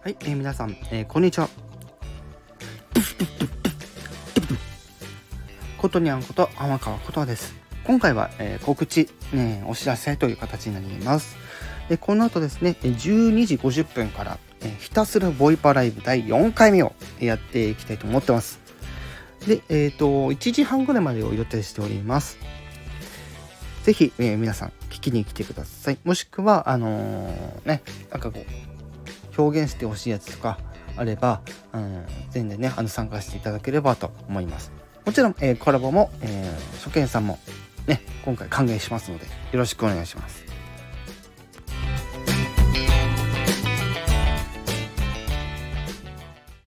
はい、皆さん、こんにちは。ことにゃんこと天川ことです。今回は、告知、お知らせという形になります。この後ですね、12時50分から、ひたすらボイパライブ第4回目をやっていきたいと思ってます。で、1時半ぐらいまでを予定しております。ぜひ、皆さん聞きに来てください。もしくはなんかこう表現してほしいやつとかあれば、全然ね参加していただければと思います。もちろん、コラボも、初見さんもね今回歓迎しますのでよろしくお願いします。